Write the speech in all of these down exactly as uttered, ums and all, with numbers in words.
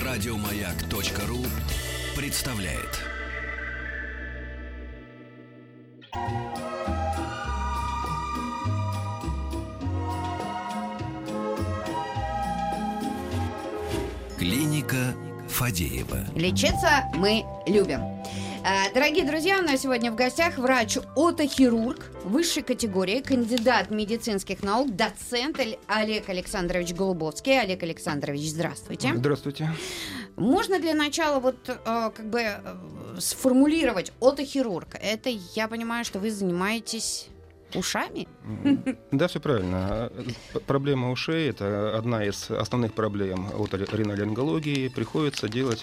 Радиомаяк.ру представляет. Клиника Фадеева. Лечиться мы любим. Дорогие друзья, у нас сегодня в гостях врач-отохирург высшей категории, кандидат медицинских наук, доцент Олег Александрович Голубовский. Олег Александрович, здравствуйте. Здравствуйте. Можно для начала вот как бы сформулировать отохирург? Это, я понимаю, что вы занимаетесь ушами? Да, все правильно. Проблема ушей – это одна из основных проблем оториноларингологии. Приходится делать...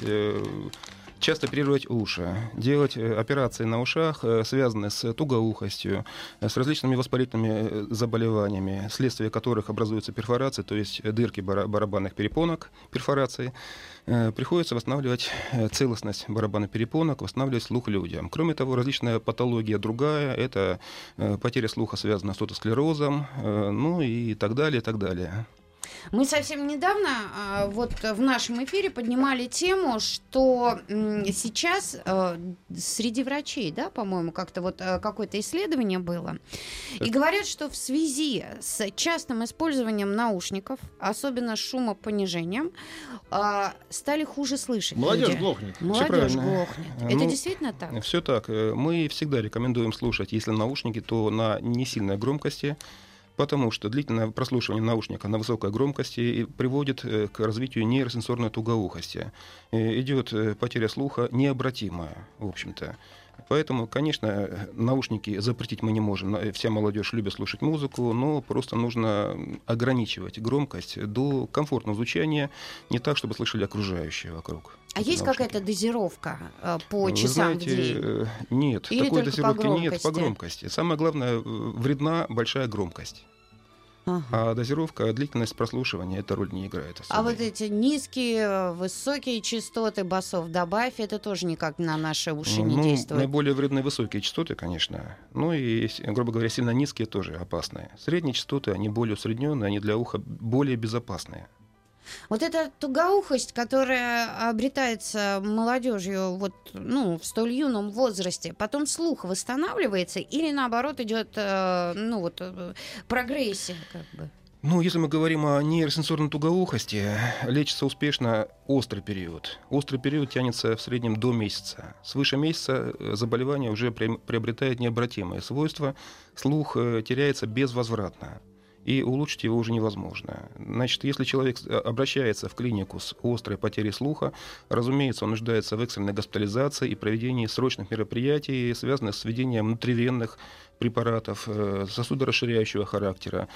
Часто оперировать уши, делать операции на ушах, связанные с тугоухостью, с различными воспалительными заболеваниями, вследствие которых образуются перфорации, то есть дырки барабанных перепонок, перфорации. Приходится восстанавливать целостность барабанных перепонок, восстанавливать слух людям. Кроме того, различная патология другая, это потеря слуха, связанная с отосклерозом, ну и так далее, и так далее. Мы совсем недавно э, вот в нашем эфире поднимали тему, что э, сейчас э, среди врачей, да, по-моему, как-то вот э, какое-то исследование было, и говорят, что в связи с частым использованием наушников, особенно с шумопонижением, э, стали хуже слышать. Молодежь люди. глохнет. Молодежь глохнет. Ну, Это действительно так? Все так. Мы всегда рекомендуем слушать, если наушники, то на не сильной громкости, потому что длительное прослушивание наушника на высокой громкости приводит к развитию нейросенсорной тугоухости. Идет потеря слуха необратимая, в общем-то. Поэтому, конечно, наушники запретить мы не можем. Вся молодежь любит слушать музыку, но просто нужно ограничивать громкость до комфортного звучания, не так, чтобы слышали окружающие вокруг. А есть наушники. Какая-то дозировка э, по Вы часам знаете, в день? Нет, Или такой только дозировки по нет по громкости. Самое главное, вредна большая громкость. Ага. А дозировка, длительность прослушивания эта роль не играет особо. А вот эти низкие, высокие частоты басов добавь, это тоже никак на наши уши не ну, действует? Наиболее вредные высокие частоты, конечно. Ну и, грубо говоря, сильно низкие тоже опасные. Средние частоты, они более усредненные, они для уха более безопасные. Вот эта тугоухость, которая обретается молодежью вот, ну, в столь юном возрасте, потом слух восстанавливается или наоборот идет ну, вот, прогрессия, как бы? Ну, если мы говорим о нейросенсорной тугоухости, лечится успешно острый период. Острый период тянется в среднем до месяца. Свыше месяца заболевание уже приобретает необратимые свойства, слух теряется безвозвратно. И улучшить его уже невозможно. Значит, если человек обращается в клинику с острой потерей слуха, разумеется, он нуждается в экстренной госпитализации и проведении срочных мероприятий, связанных с введением внутривенных препаратов сосудорасширяющего характера,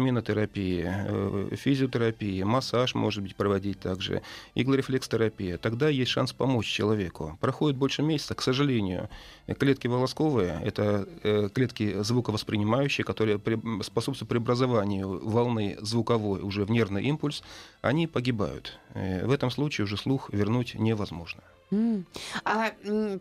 витаминотерапии, физиотерапии, массаж, может быть, проводить также, иглорефлекстерапия. Тогда есть шанс помочь человеку. Проходит больше месяца, к сожалению, клетки волосковые, это клетки звуковоспринимающие, которые способствуют преобразованию волны звуковой уже в нервный импульс, они погибают. В этом случае уже слух вернуть невозможно. Mm. А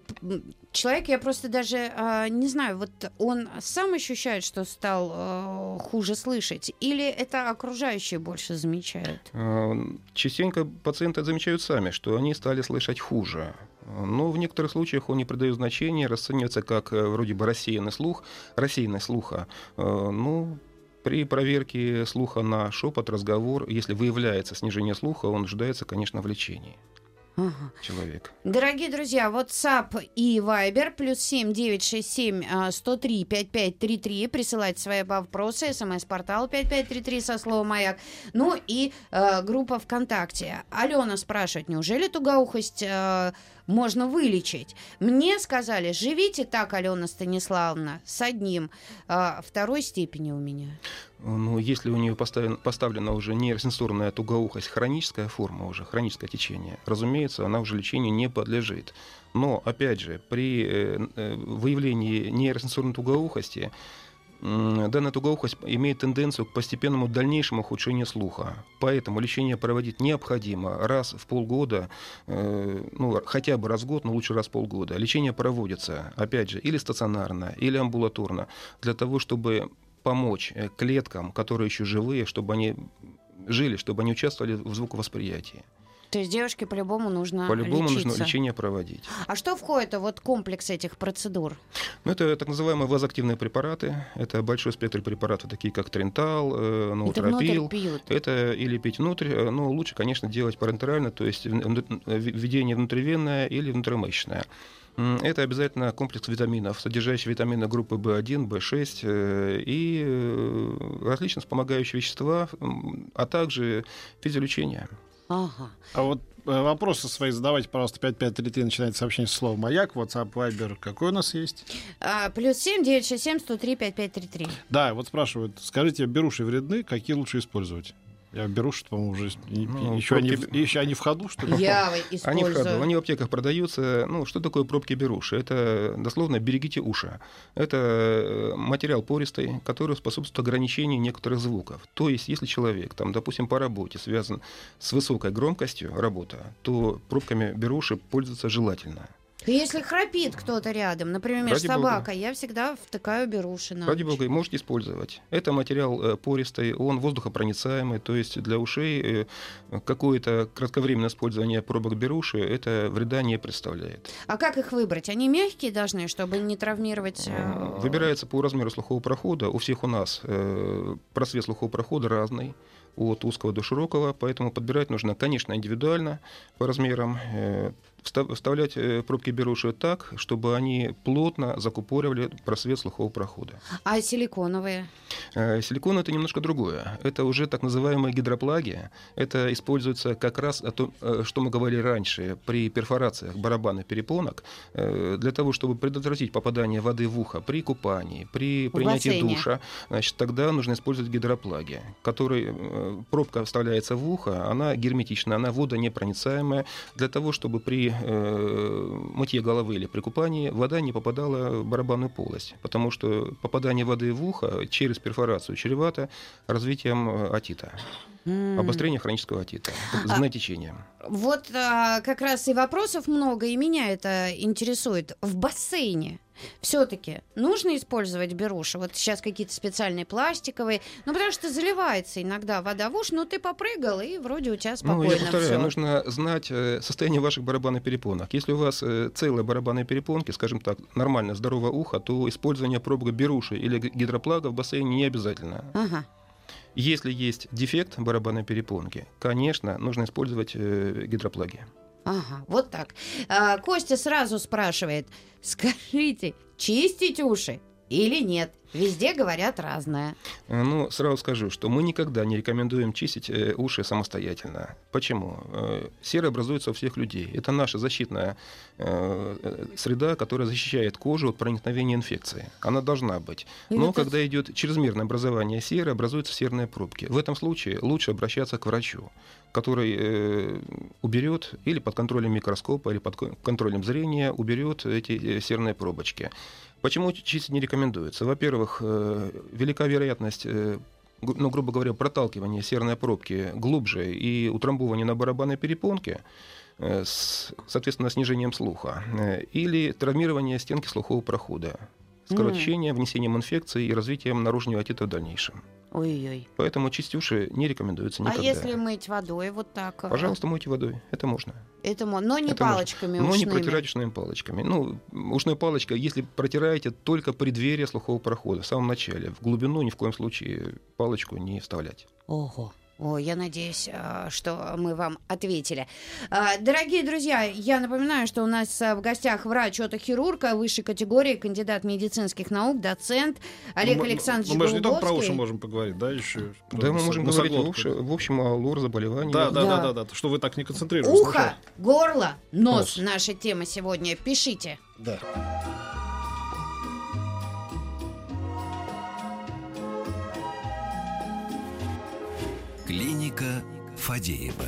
человек, я просто даже а, не знаю, вот он сам ощущает, что стал а, хуже слышать, или это окружающие больше замечают? Частенько пациенты замечают сами, что они стали слышать хуже. Но в некоторых случаях он не придает значения, расценивается как вроде бы рассеянный слух, рассеянность слуха. Ну, при проверке слуха на шепот, разговор, если выявляется снижение слуха, он нуждается, конечно, в лечении. Ага. Человек. Дорогие друзья, WhatsApp и Viber плюс семь девятьсот шестьдесят семь сто три пятьдесят пять тридцать три. Присылайте свои вопросы. СМС-портал пять пять три три со словом «Маяк». Ну и э, группа ВКонтакте. Алена спрашивает, неужели тугоухость э, можно вылечить? Мне сказали, живите так, Алена Станиславовна, с одним. Э, второй степени у меня. Ну, если у нее поставлена, поставлена уже нейросенсорная тугоухость, хроническая форма уже, хроническое течение, разумеется, она уже лечению не подлежит. Но, опять же, при э, выявлении нейросенсорной тугоухости э, данная тугоухость имеет тенденцию к постепенному дальнейшему ухудшению слуха. Поэтому лечение проводить необходимо раз в полгода, э, ну, хотя бы раз в год, но лучше раз в полгода. Лечение проводится, опять же, или стационарно, или амбулаторно, для того, чтобы помочь клеткам, которые еще живые, чтобы они жили, чтобы они участвовали в звуковосприятии. То есть девушке по-любому нужно По-любому лечиться. нужно лечение проводить. А что входит в вот комплекс этих процедур? Ну, это так называемые вазоактивные препараты. Это большой спектр препаратов, такие как Тринтал, э, ноутропил. Это внутрь пьют? Это или пить внутрь, но лучше, конечно, делать парентерально, то есть введение внутривенное или внутримышечное. Это обязательно комплекс витаминов, содержащий витамины группы бэ один, бэ шесть и различные вспомогающие вещества, а также физиолечение. Ага. А вот вопросы свои задавайте, пожалуйста, пять пять три три, начинается сообщение с слова «Маяк», WhatsApp, Viber. Какой у нас есть? А, плюс семь девятьсот шестьдесят семь сто три пятьдесят пять тридцать три. Да, вот спрашивают, скажите, беруши вредны, какие лучше использовать? Я беру, что, по-моему, уже ну, еще, пробки... они, еще они в ходу, что ли? Я использую. Они в ходу, они в аптеках продаются. Ну, что такое пробки беруши? Это, дословно, берегите уши. Это материал пористый, который способствует ограничению некоторых звуков. То есть, если человек, там, допустим, по работе связан с высокой громкостью работа, то пробками беруши пользоваться желательно. Если храпит кто-то рядом, например, Ради собака, Бога. я всегда втыкаю беруши на Ради ночь. Бога, можете использовать. Это материал пористый, он воздухопроницаемый, то есть для ушей какое-то кратковременное использование пробок беруши это вреда не представляет. А как их выбрать? Они мягкие должны, чтобы не травмировать... Выбирается по размеру слухового прохода. У всех у нас просвет слухового прохода разный, от узкого до широкого, поэтому подбирать нужно, конечно, индивидуально по размерам, вставлять пробки беруши так, чтобы они плотно закупоривали просвет слухового прохода. А силиконовые? Силикон — это немножко другое. Это уже так называемые гидроплаги. Это используется как раз, то, что мы говорили раньше, при перфорациях барабанных перепонок, для того, чтобы предотвратить попадание воды в ухо при купании, при в принятии бассейне. душа. Значит, тогда нужно использовать гидроплаги, которые пробка вставляется в ухо, она герметична, она водонепроницаемая, для того, чтобы при э, мытье головы или при купании вода не попадала в барабанную полость, потому что попадание воды в ухо через перфорацию чревато развитием отита, mm. обострение хронического отита, знатечением. Вот а, как раз и вопросов много, и меня это интересует. В бассейне все-таки нужно использовать беруши? Вот сейчас какие-то специальные пластиковые, ну потому что заливается иногда вода в уши, но ты попрыгал, и вроде у тебя спокойно. Ну, я повторяю, всё. нужно знать состояние ваших барабанных перепонок. Если у вас целые барабанные перепонки, скажем так, нормально, здоровое ухо, то использование пробок беруши или гидроплага в бассейне не обязательно. Ага. Если есть дефект барабанной перепонки, конечно, нужно использовать гидроплаги. Ага, вот так. А, Костя сразу спрашивает, скажите, чистить уши или нет? Везде говорят разное. Ну, сразу скажу, что мы никогда не рекомендуем чистить э, уши самостоятельно. Почему? Э, сера образуется у всех людей. Это наша защитная э, среда, которая защищает кожу от проникновения инфекции. Она должна быть. Но вот когда это... идет чрезмерное образование серы, образуются серные пробки. В этом случае лучше обращаться к врачу, который э, уберет или под контролем микроскопа, или под контролем зрения уберет эти серные пробочки. Почему чистить не рекомендуется? Во-первых, велика вероятность, ну, грубо говоря, проталкивания серной пробки глубже и утрамбования на барабанной перепонке, с, соответственно, снижением слуха, или травмирование стенки слухового прохода, скорочением, внесением инфекции и развитием наружного отита в дальнейшем. Ой-ой. Поэтому чистить уши не рекомендуется никогда. А если мыть водой вот так? Пожалуйста, мойте водой. Это можно. Это можно, но не Это палочками можно. ушными. Но не протирать ушными палочками. Ну, ушная палочка, если протираете только преддверие слухового прохода, в самом начале. В глубину ни в коем случае палочку не вставлять. Ого. О, я надеюсь, что мы вам ответили. Дорогие друзья, я напоминаю, что у нас в гостях врач-отохирург высшей категории, кандидат медицинских наук, доцент Олег ну, Александрович ну, мы же не только про Голубовский. уши можем поговорить, да, еще? Да, мы можем говорить в общем, в общем о лор-заболеваниях. Да, да, да, Да. да, да, что вы так не концентрируетесь. Ухо, сначала. горло, нос. Нос. Наша тема сегодня. Пишите. Да. Клиника Фадеева.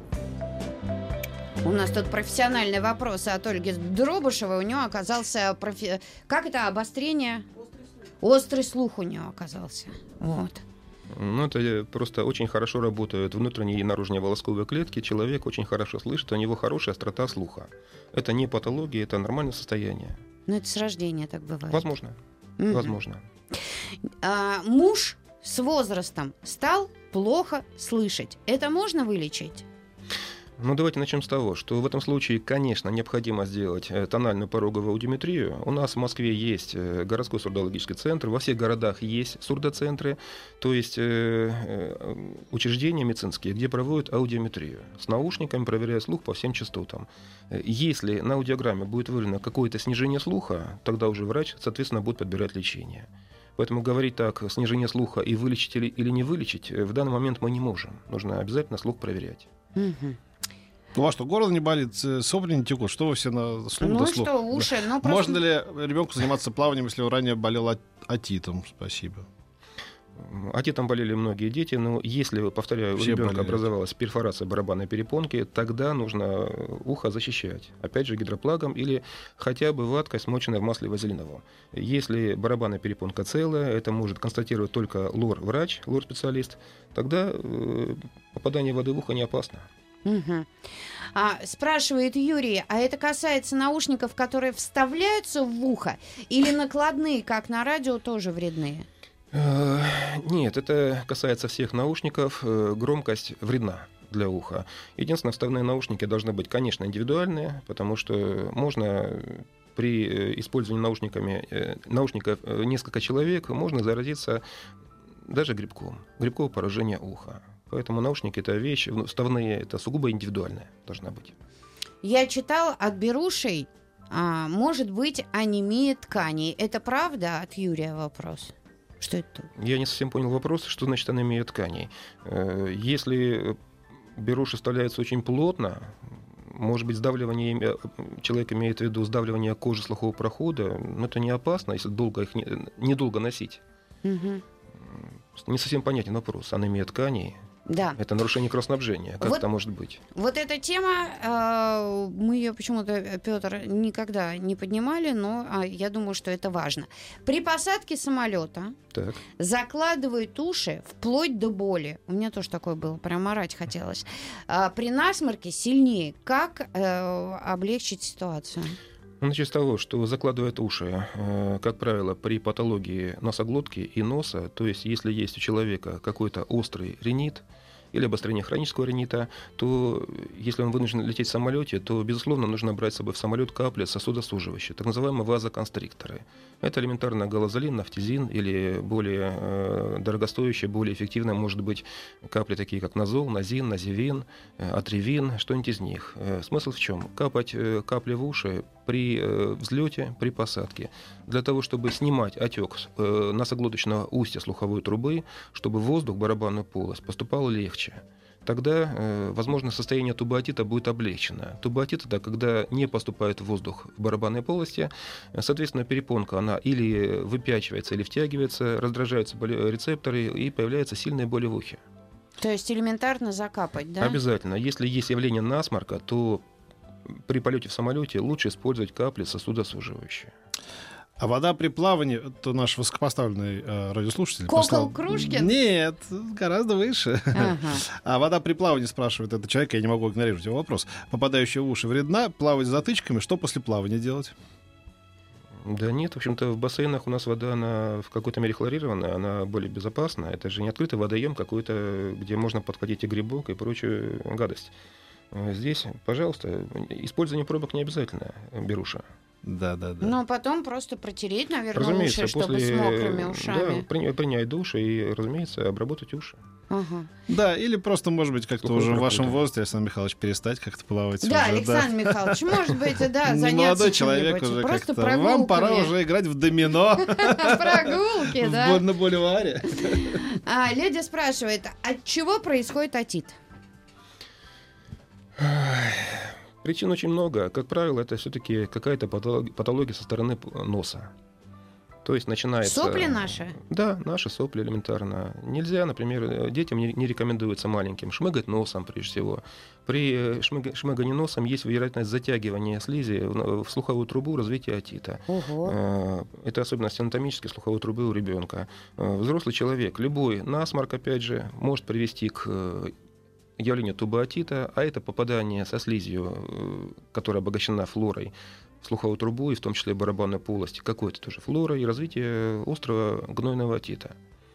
У нас тут профессиональные вопросы от Ольги Дробышевой. У нее оказался... Профи... Как это? Обострение? Острый слух у нее оказался. Вот. Ну, это просто очень хорошо работают внутренние и наружные волосковые клетки. Человек очень хорошо слышит, у него хорошая острота слуха. Это не патология, это нормальное состояние. Ну, это с рождения так бывает. Возможно. Мгм. Возможно. А, муж с возрастом стал плохо слышать. Это можно вылечить? Ну, давайте начнем с того, что в этом случае, конечно, необходимо сделать тональную пороговую аудиометрию. У нас в Москве есть городской сурдологический центр, во всех городах есть сурдоцентры, то есть учреждения медицинские, где проводят аудиометрию. С наушниками проверяют слух по всем частотам. Если на аудиограмме будет выявлено какое-то снижение слуха, тогда уже врач, соответственно, будет подбирать лечение. Поэтому говорить так, снижение слуха и вылечить или, или не вылечить, в данный момент мы не можем. Нужно обязательно слух проверять. Угу. У вас что, горло не болит, сопли не текут? Что вы все на слух Ну да слух? что, уши, Да. ну просто... Можно ли ребенку заниматься плаванием, если он ранее болел от- отитом? Спасибо. Отитом болели многие дети, но если, повторяю, Все у ребенка болеют. образовалась перфорация барабанной перепонки, тогда нужно ухо защищать. Опять же, гидроплагом или хотя бы ваткой, смоченной в масле вазелиновом. Если барабанная перепонка целая, это может констатировать только лор-врач, лор-специалист, тогда э, попадание воды в ухо не опасно. Угу. А, спрашивает Юрий, а это касается наушников, которые вставляются в ухо, или накладные, как на радио, тоже вредные? Нет, это касается всех наушников. Громкость вредна для уха. Единственное, вставные наушники должны быть, конечно, индивидуальные, потому что можно при использовании наушниками, наушников несколько человек, можно заразиться даже грибком, грибковое поражение уха. Поэтому наушники — это вещь, вставные — это сугубо индивидуальная должна быть. Я читал от берушей, а, может быть анемия тканей. Это правда? От Юрия вопрос. Что это? Я не совсем понял вопрос, что значит анемия тканей. Если беруши вставляются очень плотно, может быть, сдавливание, человек имеет в виду сдавливание кожи слухового прохода, но это не опасно, если долго их не, недолго носить. Угу. Не совсем понятен вопрос. Анемия тканей. Да. Это нарушение кровоснабжения. Как Вот, это может быть? Вот эта тема, э, мы ее почему-то, Петр, никогда не поднимали, но э, я думаю, что это важно. При посадке самолета Так. закладывают уши вплоть до боли. У меня тоже такое было, прям орать хотелось. А при насморке сильнее. Как э, облегчить ситуацию? Начать с того, что закладывают уши, э, как правило, при патологии носоглотки и носа, то есть если есть у человека какой-то острый ринит или обострение хронического ринита, то если он вынужден лететь в самолете, то, безусловно, нужно брать с собой в самолет капли сосудосуживающие, так называемые вазоконстрикторы. Это элементарно галазолин, нафтизин или более э, дорогостоящие, более эффективные, может быть, капли такие, как назол, назин, називин, э, атревин, что-нибудь из них. Э, смысл в чем? Капать э, капли в уши при э, взлете, при посадке, для того, чтобы снимать отек э, носоглоточного устья слуховой трубы, чтобы воздух в барабанную полость поступал легче. Тогда, э, возможно, состояние тубоотита будет облегчено. Тубоотит — это когда не поступает воздух в барабанной полости, соответственно, перепонка, она или выпячивается, или втягивается, раздражаются рецепторы, и появляется сильная боль в ухе. То есть элементарно закапать, да? Обязательно. Если есть явление насморка, то при полете в самолете лучше использовать капли сосудосуживающие. А вода при плавании, это наш высокопоставленный э, радиослушатель. Кокол послал... Крушкин? Нет, гораздо выше. Ага. А вода при плавании, спрашивает этот человек, я не могу игнорировать его вопрос. Попадающая в уши вредна, плавать с затычками, что после плавания делать? Да нет, в общем-то, в бассейнах у нас вода, она в какой-то мере хлорированная, она более безопасна. Это же не открытый водоем какой-то, где можно подхватить и грибок, и прочую гадость. Здесь, пожалуйста, использование пробок не обязательно, беруша. Да, да, да. Но потом просто протереть, наверное, Разумеется, уши, чтобы после, с мокрыми ушами. Да, при- принять душ и, разумеется, обработать уши. Ага. Да, или просто, может быть, как-то Слуховой уже в вашем прохода. возрасте, Александр Михайлович, перестать как-то плавать. Да, уже, Александр Михайлович, может быть, да, Не заняться молодой человек чем-нибудь. уже Просто как-то. Вам пора прогулками. уже играть в домино Прогулки, в да. Бо- на бульваре. А, Леди спрашивает, от чего происходит отит? Причин очень много. Как правило, это все-таки какая-то патология, патология со стороны носа. То есть начинается... Сопли наши? Да, наши сопли элементарно. Нельзя, например, детям не, не рекомендуется маленьким шмыгать носом прежде всего. При шмыг... шмыгании носом есть вероятность затягивания слизи в, в слуховую трубу, развития отита. Ого. Это особенность анатомической слуховой трубы у ребенка. Взрослый человек, любой насморк, опять же, может привести к явлению тубоотита, а это попадание со слизью, которая обогащена флорой, в слуховую трубу, и в том числе барабанной полости, какой-то тоже флорой, и развитие острого гнойного отита.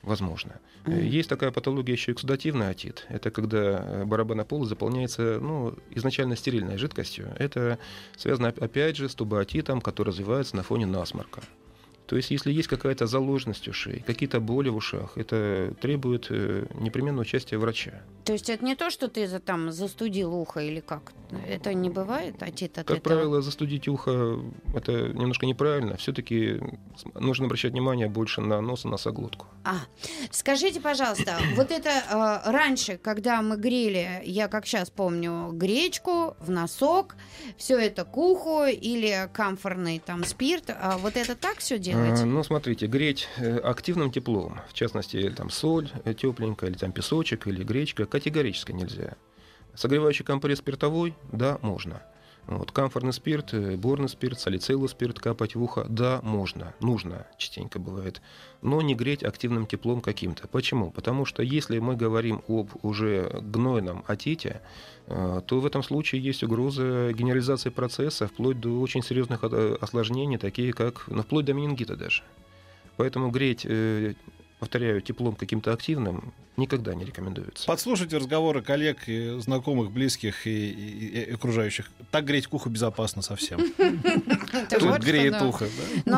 Возможно. Mm-hmm. Есть такая патология еще эксудативный отит. Это когда барабанная полость заполняется ну, изначально стерильной жидкостью. Это связано, опять же, с тубоотитом, который развивается на фоне насморка. То есть, если есть какая-то заложенность ушей, какие-то боли в ушах, это требует непременно участия врача. То есть это не то, что ты за, там, застудил ухо или как? Это не бывает отит от Как этого? правило, застудить ухо — это немножко неправильно. Все-таки нужно обращать внимание больше на нос и носоглотку. А, скажите, пожалуйста, вот это э, раньше, когда мы грели, я как сейчас помню, гречку в носок, все это к уху или камфорный там спирт, а вот это так все делать? А, ну, смотрите, греть активным теплом, в частности, там соль тепленькая, или там песочек, или гречка, категорически нельзя. Согревающий компресс спиртовой, да, можно. Вот, камфорный спирт, борный спирт, салициловый спирт капать в ухо, да, можно, нужно, частенько бывает, но не греть активным теплом каким-то. Почему? Потому что если мы говорим об уже гнойном отите, то в этом случае есть угроза генерализации процесса вплоть до очень серьезных осложнений, такие как, ну, вплоть до менингита даже. Поэтому греть, повторяю, теплом каким-то активным никогда не рекомендуется. Подслушайте разговоры коллег, и знакомых, близких и, и, и окружающих. Так греть к уху безопасно совсем. Тут греет ухо. Но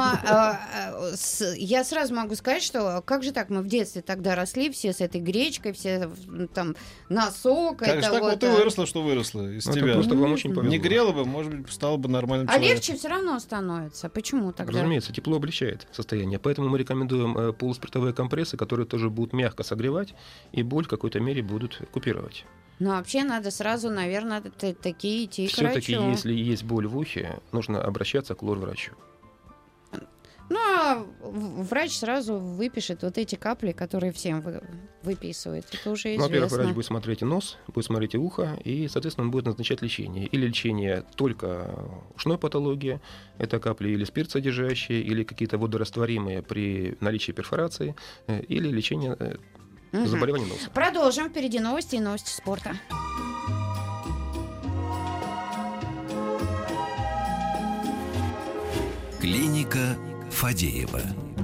я сразу могу сказать, что как же так, мы в детстве тогда росли, все с этой гречкой, все там носок. Как же так вот и выросла, что выросла из тебя. Просто вам очень повезло. Не грела бы, может быть, стала бы нормальным человеком. А человеком. легче все равно становится. Почему тогда? Разумеется, тепло облегчает состояние. Поэтому мы рекомендуем полуспиртовые компрессы, которые тоже будут мягко согревать и боль в какой-то мере будут купировать. Ну, вообще надо сразу, наверное, такие идти к врачу. Все-таки, если есть боль в ухе, нужно обращаться к лор-врачу. Ну, а врач сразу выпишет вот эти капли, которые всем вы, выписывают. Это уже известно. Ну, во-первых, врач будет смотреть и нос, будет смотреть и ухо, и, соответственно, он будет назначать лечение. Или лечение только ушной патологии, это капли или спирт содержащие, или какие-то водорастворимые при наличии перфорации, или лечение угу. заболеваний носа. Продолжим. Впереди новости и новости спорта. Клиника Фадеева.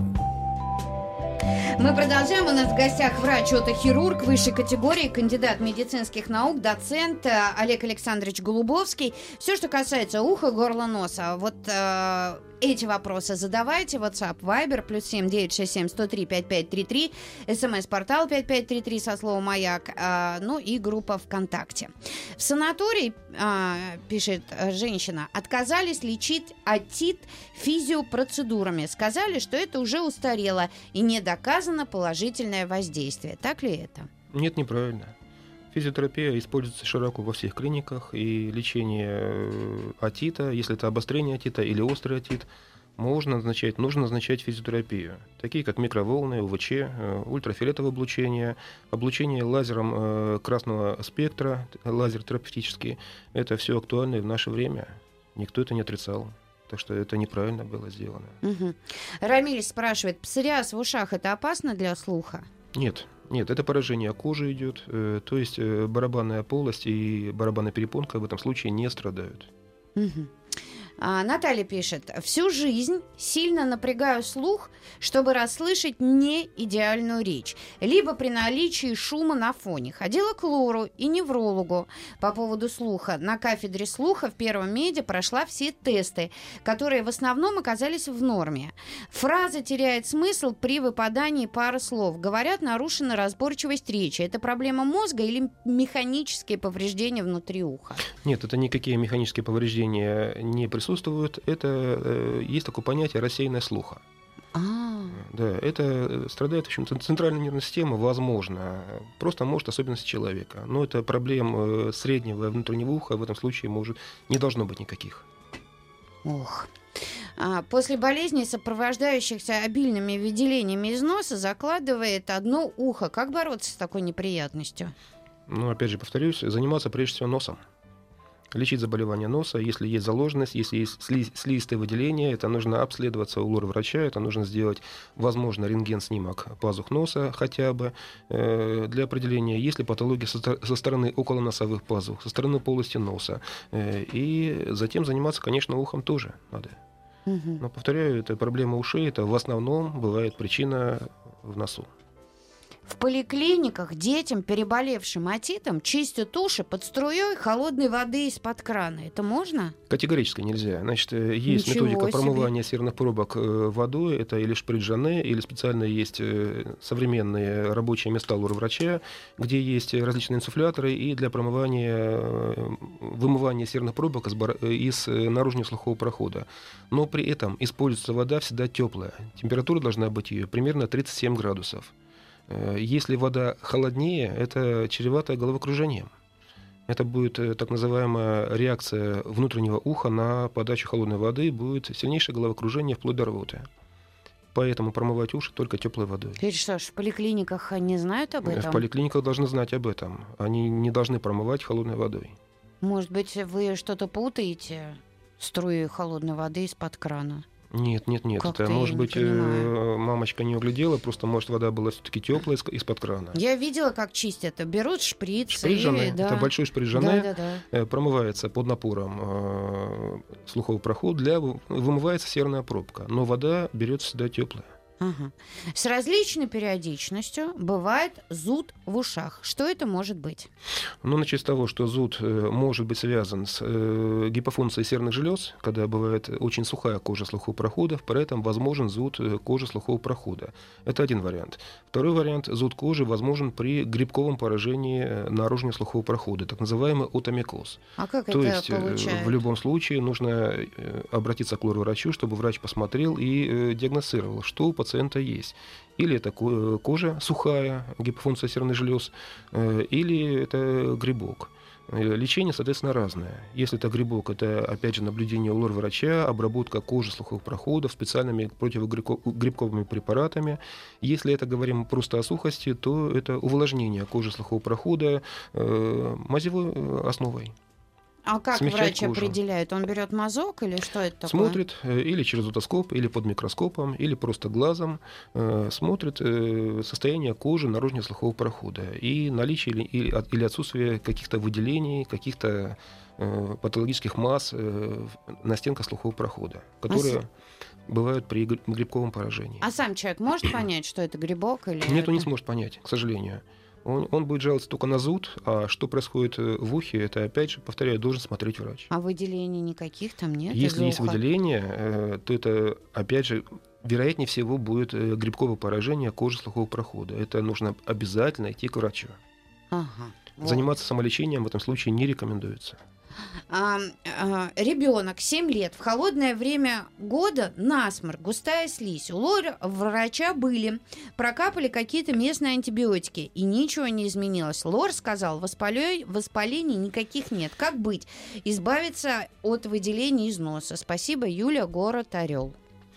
Мы продолжаем. У нас в гостях врач-отохирург высшей категории, кандидат медицинских наук, доцент Олег Александрович Голубовский. Все, что касается уха, горла, носа. Вот э, эти вопросы задавайте. WhatsApp, Viber, плюс семь девять шесть семь сто три пятьдесят пять тридцать три, СМС-портал пять пять три три со словом «Маяк», э, ну и группа ВКонтакте. В санатории, э, пишет женщина, отказались лечить отит физиопроцедурами. Сказали, что это уже устарело и не доказано положительное воздействие. Так ли это? Нет, неправильно. Физиотерапия используется широко во всех клиниках, и лечение отита, если это обострение отита или острый отит, можно назначать, нужно назначать физиотерапию, такие как микроволны, УВЧ, ультрафиолетовое облучение, облучение лазером красного спектра, лазер терапевтический. Это все актуально и в наше время. Никто это не отрицал. Так что это неправильно было сделано. Угу. Рамиль спрашивает, псориаз в ушах это опасно для слуха? Нет. Нет, это поражение кожи идет, э, то есть э, барабанная полость и барабанная перепонка в этом случае не страдают. Угу. А, Наталья пишет, всю жизнь сильно напрягаю слух, чтобы расслышать не идеальную речь, либо при наличии шума на фоне. Ходила к лору и неврологу по поводу слуха. На кафедре слуха в первом меде прошла все тесты, которые в основном оказались в норме. Фраза теряет смысл при выпадании пары слов. Говорят, нарушена разборчивость речи. Это проблема мозга или механические повреждения внутри уха? Нет, это никакие механические повреждения не присутствуют. Это э, есть такое понятие рассеянное слуха. А-а-а. Да, это страдает, в общем-то, центральная нервная система, возможно, просто может особенности человека. Но это проблем среднего и внутреннего уха в этом случае может не должно быть никаких. Ох. А, после болезней, сопровождающихся обильными выделениями из носа, закладывает одно ухо. Как бороться с такой неприятностью? Ну, опять же, повторюсь, заниматься прежде всего носом. Лечить заболевание носа, если есть заложенность, если есть сли- слизистые выделения, это нужно обследоваться у лор-врача, это нужно сделать, возможно, рентген-снимок пазух носа хотя бы э, для определения, есть ли патология со, со стороны околоносовых пазух, со стороны полости носа. Э, и затем заниматься, конечно, ухом тоже надо. Угу. Но, повторяю, это проблема ушей, это в основном бывает причина в носу. В поликлиниках детям, переболевшим отитом, чистят уши под струей холодной воды из-под крана. Это можно? Категорически нельзя. Значит, есть Ничего методика себе. Промывания серных пробок водой. Это или шприджане, или специально есть современные рабочие места лор-врача, где есть различные инсуфляторы и для промывания, вымывания серных пробок из, из наружного слухового прохода. Но при этом используется вода всегда теплая. Температура должна быть ее примерно тридцать семь градусов. Если вода холоднее, это чревато головокружением. Это будет так называемая реакция внутреннего уха на подачу холодной воды, будет сильнейшее головокружение вплоть до рвоты. Поэтому промывать уши только теплой водой. Ты что ж, в поликлиниках не знают об этом? В поликлиниках должны знать об этом. Они не должны промывать холодной водой. Может быть, вы что-то путаете? Струи холодной воды из-под крана? Нет, нет, нет. Как это, может быть, понимаю. Мамочка не углядела, просто, может, вода была все-таки теплая из-под крана. Я видела, как чистят. Берут шприц. Шприджане, и, да. Это большой шприджане, да, да, да. промывается под напором э, слуховой проход, для, вымывается серная пробка, но вода берется всегда теплая. Ага. С различной периодичностью бывает зуд в ушах. Что это может быть? Ну, начать с того, что зуд может быть связан с э, гипофункцией серных желез, когда бывает очень сухая кожа слухового прохода, при этом возможен зуд кожи слухового прохода. Это один вариант. Второй вариант. Зуд кожи возможен при грибковом поражении наружного слухового прохода, так называемый отомикоз. А как То это есть получается? В любом случае нужно обратиться к лор-врачу, чтобы врач посмотрел и диагностировал, что у пациента есть. Или это кожа сухая, гипофункция серных желез, или это грибок. Лечение, соответственно, разное. Если это грибок, это, опять же, наблюдение у лор-врача, обработка кожи слуховых проходов специальными противогрибковыми препаратами. Если это говорим просто о сухости, то это увлажнение кожи слухового прохода мазевой основой. А как врач кожу. Определяет? Он берет мазок или что это такое? Смотрит или через отоскоп, или под микроскопом, или просто глазом э, смотрит э, состояние кожи наружного слухового прохода и наличие или, или, или отсутствие каких-то выделений, каких-то э, патологических масс э, на стенках слухового прохода, которые а бывают при грибковом поражении. А сам человек может понять, что это грибок? Или Нет, это... он не сможет понять, к сожалению. Он, он будет жаловаться только на зуд, а что происходит в ухе, это, опять же, повторяю, должен смотреть врач. А выделений никаких там нет? Если есть выделения, то это, опять же, вероятнее всего будет грибковое поражение кожи слухового прохода. Это нужно обязательно идти к врачу. Ага, Заниматься вот. самолечением в этом случае не рекомендуется. А, а, ребенок семь лет, в холодное время года насморк, густая слизь. У лор-врача были, прокапали какие-то местные антибиотики, и ничего не изменилось. Лор сказал, воспале... воспалений никаких нет. Как быть? Избавиться от выделений из носа. Спасибо, Юля, город Орел.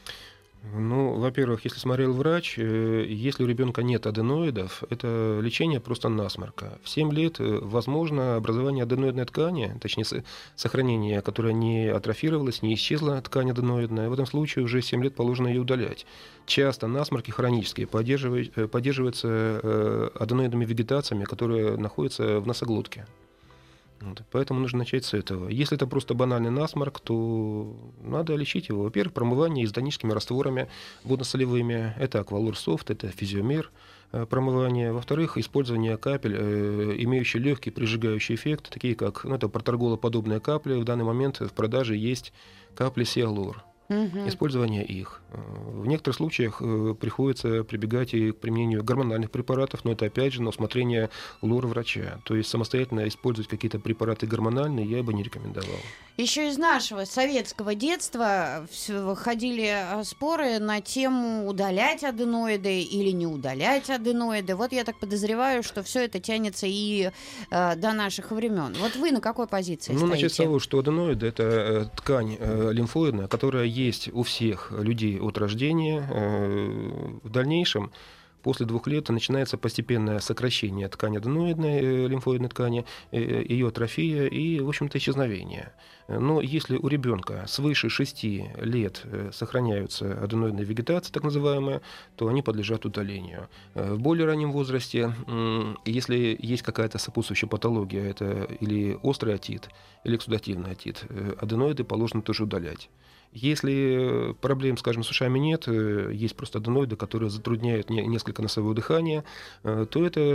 Ну, во-первых, если смотрел врач, если у ребенка нет аденоидов, это лечение просто насморка. В семь лет возможно образование аденоидной ткани, точнее сохранение, которое не атрофировалось, не исчезла ткань аденоидная. В этом случае уже семь лет положено ее удалять. Часто насморки хронические поддерживаются аденоидными вегетациями, которые находятся в носоглотке. Вот, поэтому нужно начать с этого. Если это просто банальный насморк, то надо лечить его. Во-первых, промывание изотоническими растворами водно-солевыми. Это Аквалор Софт, это Физиомер промывание. Во-вторых, использование капель, имеющих легкий прижигающий эффект, такие как ну, это проторголоподобные капли. В данный момент в продаже есть капли Сиалор. Угу. Использование их. В некоторых случаях приходится прибегать и к применению гормональных препаратов, но это опять же на усмотрение лор-врача. То есть самостоятельно использовать какие-то препараты гормональные я бы не рекомендовал. Еще из нашего советского детства ходили споры на тему удалять аденоиды или не удалять аденоиды. Вот я так подозреваю, что все это тянется и э, до наших времен. Вот вы на какой позиции ну, стоите? Начать с того, что аденоиды — это ткань э, лимфоидная, которая есть у всех людей от рождения. Э, в дальнейшем, после двух лет, начинается постепенное сокращение ткани аденоидной, э, лимфоидной ткани, э, ее атрофия и, в общем-то, исчезновение. Но если у ребенка свыше шести лет э, сохраняются аденоидные вегетации, так называемые, то они подлежат удалению. Э, в более раннем возрасте, э, если есть какая-то сопутствующая патология, это или острый отит, или эксудативный отит, э, аденоиды положено тоже удалять. Если проблем, скажем, с ушами нет, есть просто аденоиды, которые затрудняют несколько носовое дыхание, то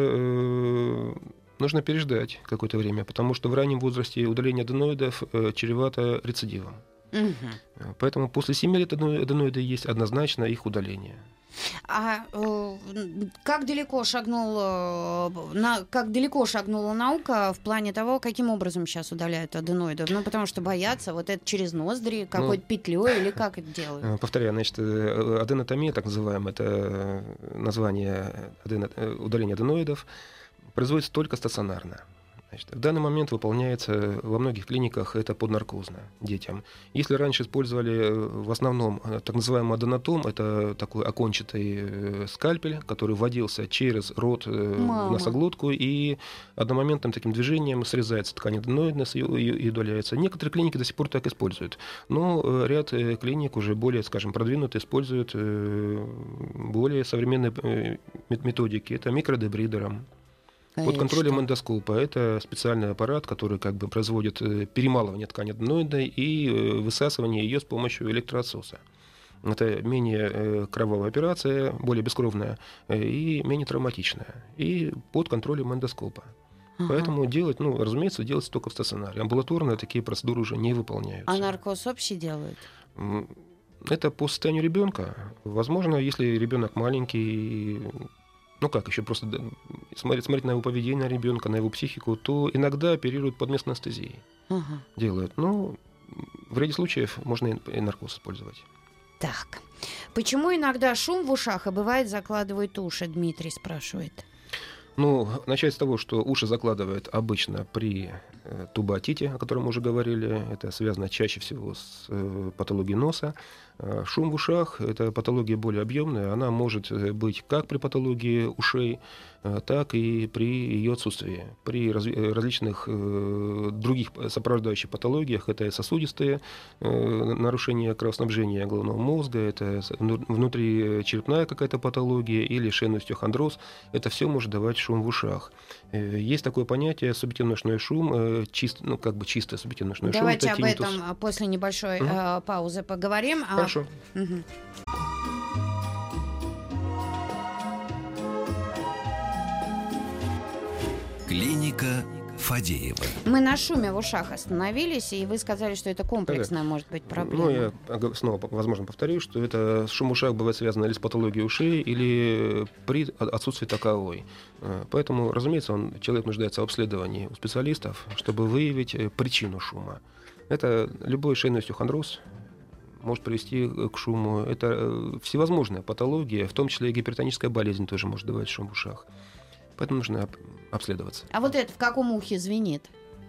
это нужно переждать какое-то время, потому что в раннем возрасте удаление аденоидов чревато рецидивом. Угу. Поэтому после семи лет аденоиды есть однозначно их удаление. А э, как далеко шагнул, э, на, как далеко шагнула наука в плане того, каким образом сейчас удаляют аденоиды? Ну, потому что боятся, вот это через ноздри, какой-то ну, петлей, или как это делают? Повторяю, значит, аденотомия, так называемая, это название адено, удаления аденоидов, производится только стационарно. Значит, в данный момент выполняется во многих клиниках это поднаркозно детям. Если раньше использовали в основном так называемый аденотом, это такой окончатый скальпель, который вводился через рот Мама. в носоглотку и одномоментным таким движением срезается ткань аденоидная и удаляется. Некоторые клиники до сих пор так используют, но ряд клиник уже более, скажем, продвинутые используют более современные методики. Это микродебридером. Под контролем эндоскопа. Это специальный аппарат, который как бы производит перемалывание ткани аденоидной и высасывание ее с помощью электроотсоса. Это менее кровавая операция, более бескровная и менее травматичная. И под контролем эндоскопа. Ага. Поэтому делать, ну, разумеется, делать только в стационаре. Амбулаторно такие процедуры уже не выполняются. А наркоз общий делают? Это по состоянию ребенка. Возможно, если ребенок маленький, ну как, еще просто смотреть, смотреть на его поведение ребенка, на его психику, то иногда оперируют под местной анестезией. Ага. Делают. Но в ряде случаев можно и наркоз использовать. Так. Почему иногда шум в ушах, а бывает закладывают уши, Дмитрий спрашивает. Ну, начать с того, что уши закладывают обычно при э, тубоотите, о котором мы уже говорили. Это связано чаще всего с э, патологией носа. Э, шум в ушах – это патология более объемная. Она может быть как при патологии ушей, э, так и при ее отсутствии. При раз, различных э, других сопровождающих патологиях – это сосудистые э, нарушения кровоснабжения головного мозга, это внутричерепная какая-то патология или шейный остеохондроз. Это все может давать шум в ушах. Есть такое понятие субъективный ушной шум, чист, ну, как бы чисто субъективный ушной шум. Давайте об этом после небольшой угу. э, паузы поговорим. Хорошо. А... Угу. Клиника Фадеева. Мы на шуме в ушах остановились, и вы сказали, что это комплексная, да. может быть, проблема. Ну, я снова, возможно, повторю, что это шум в ушах бывает связано или с патологией ушей, или при отсутствии таковой. Поэтому, разумеется, он, человек нуждается в обследовании у специалистов, чтобы выявить причину шума. Это любой шейный остеохондроз может привести к шуму. Это всевозможные патологии, в том числе и гипертоническая болезнь тоже может давать шум в ушах. Поэтому нужно обследоваться. А вот это в каком ухе звенит?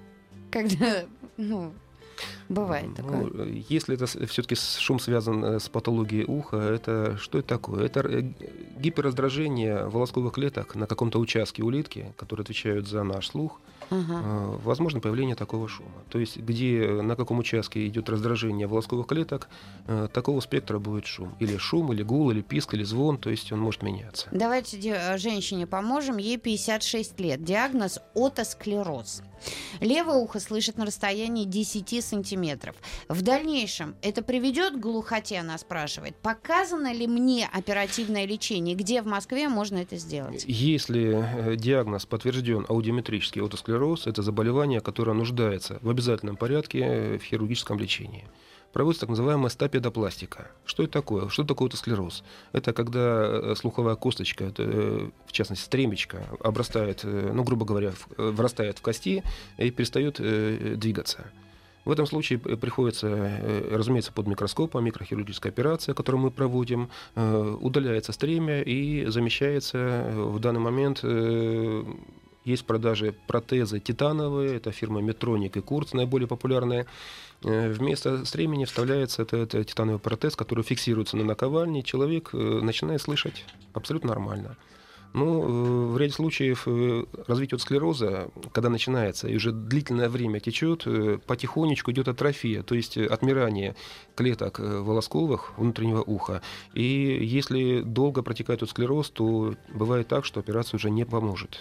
Когда, ну, бывает такое. Ну, если это все-таки шум связан с патологией уха, это что это такое? Это гиперраздражение волосковых клеток на каком-то участке улитки, которые отвечают за наш слух. Ага. Возможно появление такого шума. То есть, где на каком участке идет раздражение волосковых клеток, такого спектра будет шум. Или шум, или гул, или писк, или звон, то есть он может меняться. Давайте женщине поможем. Ей пятьдесят шесть лет. Диагноз отосклероз. Левое ухо слышит на расстоянии десять сантиметров. В дальнейшем это приведет к глухоте, она спрашивает. Показано ли мне оперативное лечение? Где в Москве можно это сделать? Если диагноз подтвержден аудиометрический отосклероз, это заболевание, которое нуждается в обязательном порядке в хирургическом лечении. Проводится так называемая стапедопластика. Что это такое? Что такое отосклероз? Это когда слуховая косточка, в частности стремечко, обрастает, ну, грубо говоря, врастает в кости и перестает двигаться. В этом случае приходится, разумеется, под микроскопом, микрохирургическая операция, которую мы проводим, удаляется стремя и замещается в данный момент. Есть в продаже протезы титановые, это фирма Medtronic и Kurz, наиболее популярные. Вместо стремени вставляется этот, этот титановый протез, который фиксируется на наковальне, и человек начинает слышать абсолютно нормально. Но в ряде случаев развитие склероза, когда начинается и уже длительное время течет, потихонечку идет атрофия, то есть отмирание клеток волосковых внутреннего уха. И если долго протекает склероз, то бывает так, что операция уже не поможет.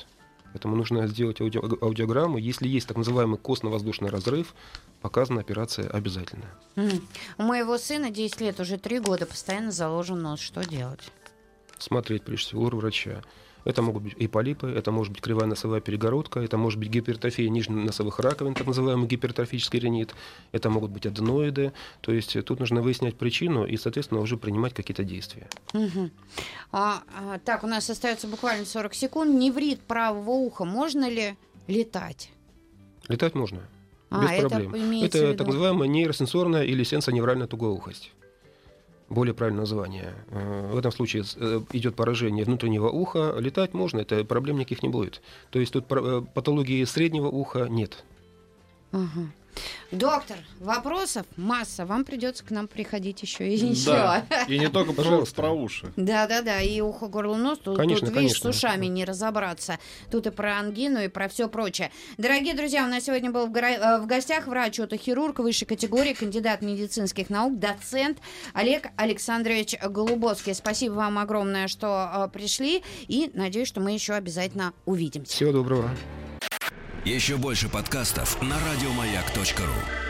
Поэтому нужно сделать ауди... аудиограмму. Если есть так называемый костно-воздушный разрыв, показана операция обязательно. Mm. У моего сына десять лет, уже три года, постоянно заложен нос. Что делать? Смотреть, прежде всего, лор-врача. Это могут быть и полипы, это может быть кривая носовая перегородка, это может быть гипертрофия нижних носовых раковин, так называемый гипертрофический ринит, это могут быть аденоиды. То есть тут нужно выяснять причину и, соответственно, уже принимать какие-то действия. Угу. А, а, так, у нас остается буквально сорок секунд. Неврит правого уха. Можно ли летать? Летать можно. А, без это проблем. Это так называемая нейросенсорная или сенсоневральная тугоухость. Более правильное название. В этом случае идет поражение внутреннего уха. Летать можно, это проблем никаких не будет. То есть тут патологии среднего уха нет. Угу. Доктор, вопросов масса. Вам придется к нам приходить еще и еще. Да. И не только про, про уши. Да, да, да. И ухо, горло, нос. Тут, конечно, тут видишь, конечно. с ушами не разобраться. Тут и про ангину, и про все прочее. Дорогие друзья, у нас сегодня был в, горо... в гостях врач-отохирург высшей категории, кандидат медицинских наук, доцент Олег Александрович Голубовский. Спасибо вам огромное, что пришли. И надеюсь, что мы еще обязательно увидимся. Всего доброго. Еще больше подкастов на радиомаяк точка ру.